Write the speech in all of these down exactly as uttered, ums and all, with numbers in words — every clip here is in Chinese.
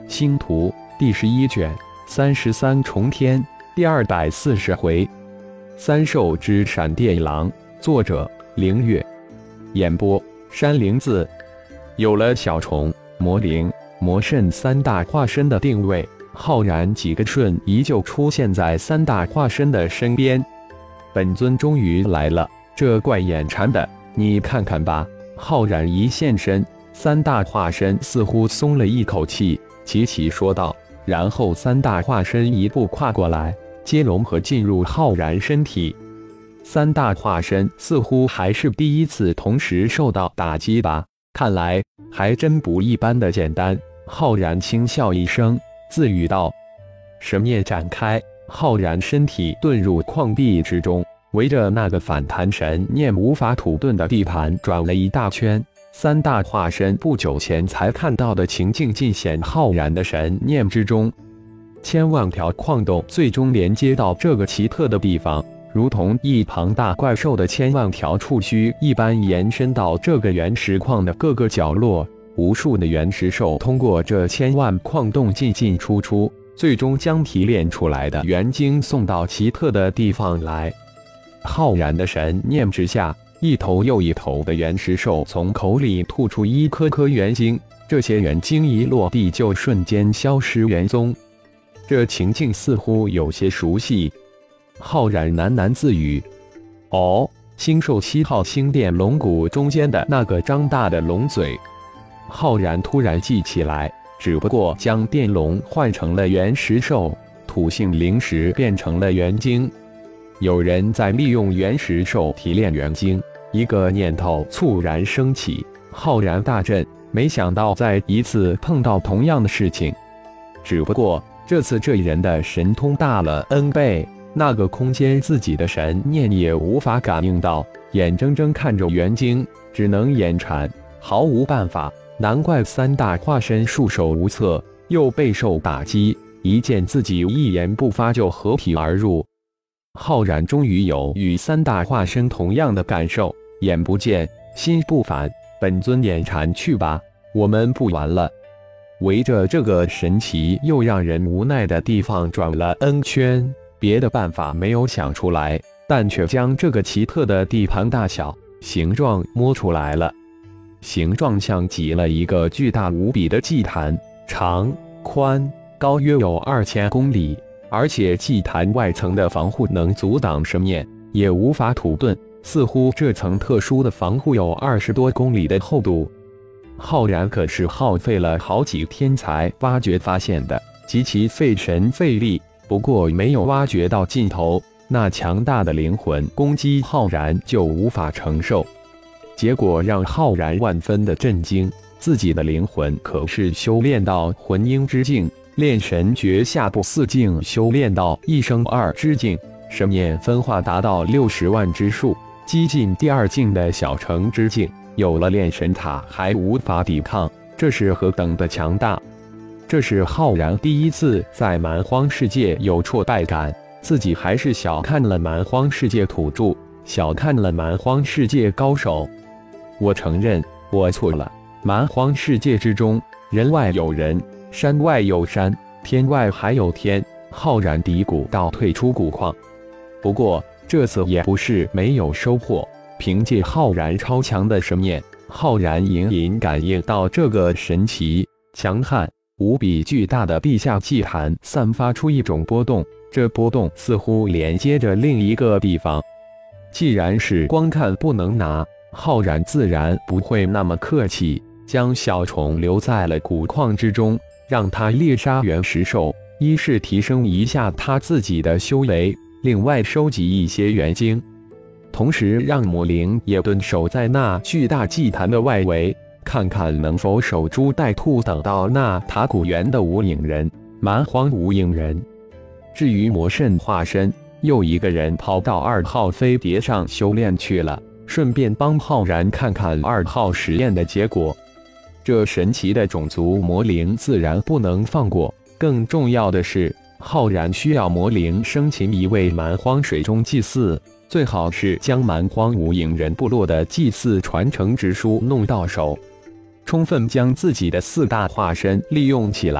星图第十一卷三十三重天第二百四十回，三兽之闪电狼。作者：凌月。演播：山灵子。有了小虫、魔灵、魔圣三大化身的定位，浩然几个瞬移就出现在三大化身的身边。本尊终于来了，这怪眼馋的，你看看吧。浩然一现身，三大化身似乎松了一口气，齐齐说道。然后三大化身一步跨过来，皆融合进入浩然身体。三大化身似乎还是第一次同时受到打击吧，看来还真不一般的简单。浩然轻笑一声，自语道：神念展开，浩然身体遁入矿壁之中，围着那个反弹神念无法土遁的地盘转了一大圈。三大化身不久前才看到的情境尽显浩然的神念之中，千万条矿洞最终连接到这个奇特的地方，如同一庞大怪兽的千万条触须一般延伸到这个原石矿的各个角落。无数的原石兽通过这千万矿洞进进出出，最终将提炼出来的元晶送到奇特的地方来。浩然的神念之下，一头又一头的原石兽从口里吐出一颗颗元晶，这些元晶一落地就瞬间消失元踪。这情境似乎有些熟悉，浩然喃喃自语：哦，星兽七号星殿龙骨中间的那个张大的龙嘴。浩然突然记起来，只不过将电龙换成了原石兽，土性灵石变成了元晶。有人在利用原石兽提炼元晶，一个念头猝然升起，浩然大震，没想到再一次碰到同样的事情。只不过这次这人的神通大了 N 倍，那个空间自己的神念也无法感应到，眼睁睁看着元晶，只能眼馋，毫无办法。难怪三大化身束手无策，又备受打击，一见自己一言不发就合体而入。浩然终于有与三大化身同样的感受，眼不见心不烦，本尊眼馋去吧，我们不玩了。围着这个神奇又让人无奈的地方转了 N 圈，别的办法没有想出来，但却将这个奇特的地盘大小、形状摸出来了。形状像极了一个巨大无比的祭坛，长、宽、高约有二千公里，而且祭坛外层的防护能阻挡神念，也无法土遁，似乎这层特殊的防护有二十多公里的厚度。浩然可是耗费了好几天才挖掘发现的，极其费神费力，不过没有挖掘到尽头，那强大的灵魂攻击浩然就无法承受。结果让浩然万分的震惊，自己的灵魂可是修炼到魂婴之境，炼神诀下部四境修炼到一生二之境，神念分化达到六十万之数，激进第二境的小成之境，有了炼神塔还无法抵抗，这是何等的强大！这是浩然第一次在蛮荒世界有挫败感，自己还是小看了蛮荒世界土著，小看了蛮荒世界高手。我承认，我错了。蛮荒世界之中，人外有人，山外有山，天外还有天。浩然嘀咕道：“退出古矿。”不过这次也不是没有收获。凭借浩然超强的神念，浩然隐隐感应到这个神奇、强悍、无比巨大的地下祭坛散发出一种波动，这波动似乎连接着另一个地方。既然是光看不能拿，浩然自然不会那么客气，将小虫留在了古矿之中，让他猎杀原石兽，一是提升一下他自己的修为，另外收集一些元晶，同时让魔灵也蹲守在那巨大祭坛的外围，看看能否守株待兔，等到那塔古园的无影人、蛮荒无影人。至于魔圣化身，又一个人跑到二号飞碟上修炼去了，顺便帮浩然看看二号实验的结果。这神奇的种族魔灵自然不能放过，更重要的是，浩然需要魔灵生擒一位蛮荒水中祭祀，最好是将蛮荒无影人部落的祭祀传承之书弄到手，充分将自己的四大化身利用起来，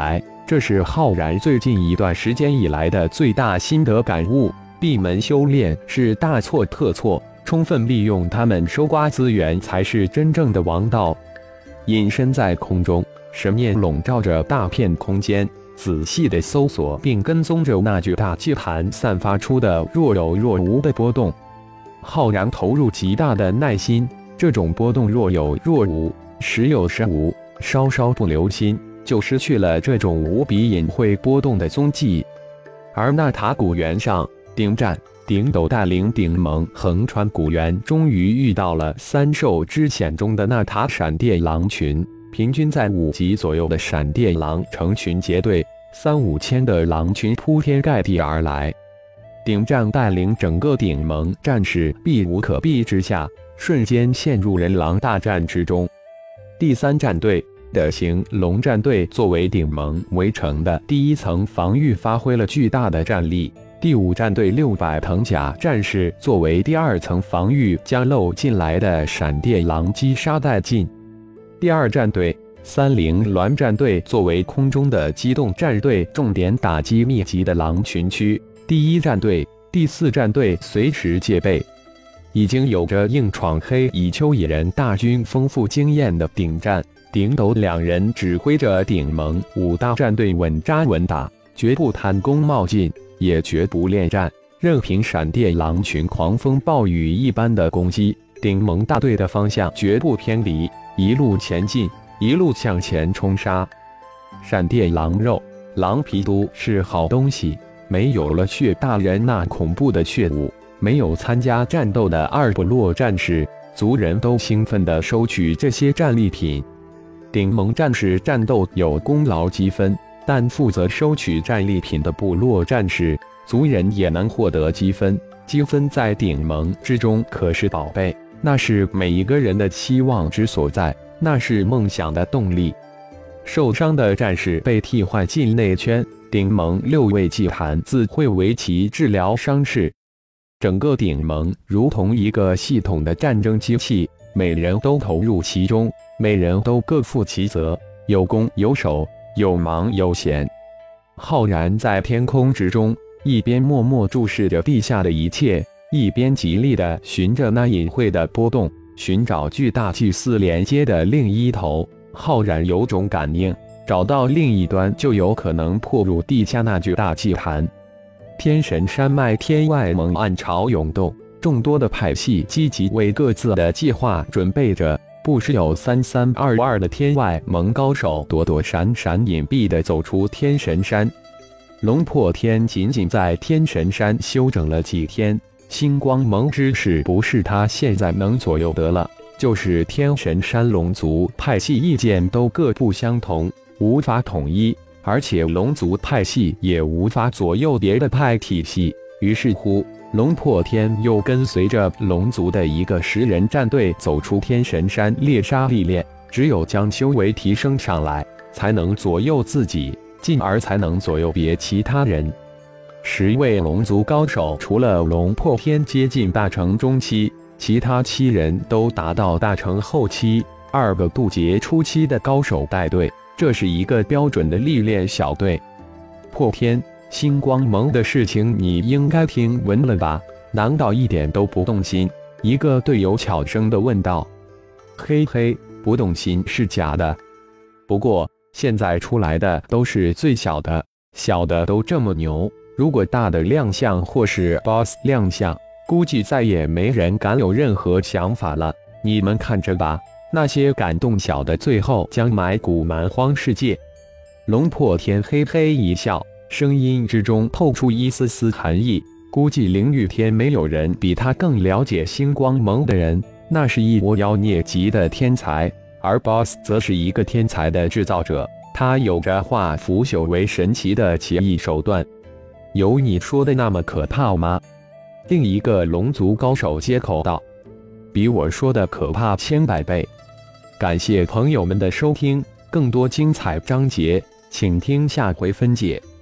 这是浩然最近一段时间以来的最大心得感悟。闭门修炼是大错特错，充分利用他们收刮资源才是真正的王道。隐身在空中，神念笼罩着大片空间，仔细地搜索并跟踪着那具大祭坛散发出的若有若无的波动。浩然投入极大的耐心，这种波动若有若无，时有时无，稍稍不留心，就失去了这种无比隐晦波动的踪迹。而那塔古原上，顶战、顶斗带领顶盟横穿古原，终于遇到了三兽之险中的那塔闪电狼群。平均在五级左右的闪电狼成群结队，三五千的狼群铺天盖地而来。顶战带领整个顶盟战士避无可避之下，瞬间陷入人狼大战之中。第三战队的行龙战队作为顶盟围城的第一层防御，发挥了巨大的战力。第五战队六百藤甲战士作为第二层防御，将漏进来的闪电狼击杀殆尽。第二战队三菱鸾战队作为空中的机动战队，重点打击密集的狼群区。第一战队、第四战队随时戒备。已经有着硬闯黑蚁丘野人大军丰富经验的顶战、顶斗两人指挥着顶盟五大战队稳扎稳打，绝不贪功冒进，也绝不恋战，任凭闪电狼群狂风暴雨一般的攻击，顶盟大队的方向绝不偏离，一路前进，一路向前冲杀。闪电狼肉、狼皮都是好东西，没有了血大人那恐怖的血雾，没有参加战斗的二部落战士族人都兴奋地收取这些战利品。顶盟战士战斗有功劳积分，但负责收取战利品的部落战士族人也能获得积分。积分在顶盟之中可是宝贝，那是每一个人的期望之所在，那是梦想的动力。受伤的战士被替换进内圈，顶盟六位祭坛自会为其治疗伤势。整个顶盟如同一个系统的战争机器，每人都投入其中，每人都各负其责，有攻有守，有忙有闲。浩然在天空之中，一边默默注视着地下的一切，一边极力地寻着那隐晦的波动，寻找巨大祭祀连接的另一头。浩然有种感应，找到另一端就有可能破入地下那巨大祭坛。天神山脉天外盟暗潮涌动，众多的派系积极为各自的计划准备着。不时有三三二二的天外盟高手躲躲闪闪隐蔽地走出天神山。龙破天仅仅在天神山休整了几天，星光盟之事不是他现在能左右得了，就是天神山龙族派系意见都各不相同，无法统一，而且龙族派系也无法左右别的派体系。于是乎，龙破天又跟随着龙族的一个十人战队走出天神山猎杀历练。只有将修为提升上来，才能左右自己，进而才能左右别其他人。十位龙族高手，除了龙破天接近大成中期，其他七人都达到大成后期，二个渡劫初期的高手带队，这是一个标准的历练小队。破天，星光盟的事情你应该听闻了吧？难道一点都不动心？一个队友悄声地问道。嘿嘿，不动心是假的。不过现在出来的都是最小的，小的都这么牛，如果大的亮相或是 boss 亮相，估计再也没人敢有任何想法了。你们看着吧，那些敢动小的，最后将埋骨蛮荒世界。龙破天嘿嘿一笑，声音之中透出一丝丝寒意。估计灵玉天没有人比他更了解星光盟的人，那是一窝妖孽级的天才，而 boss 则是一个天才的制造者，他有着化腐朽为神奇的奇异手段。有你说的那么可怕吗？另一个龙族高手接口道。比我说的可怕千百倍。感谢朋友们的收听，更多精彩章节，请听下回分解。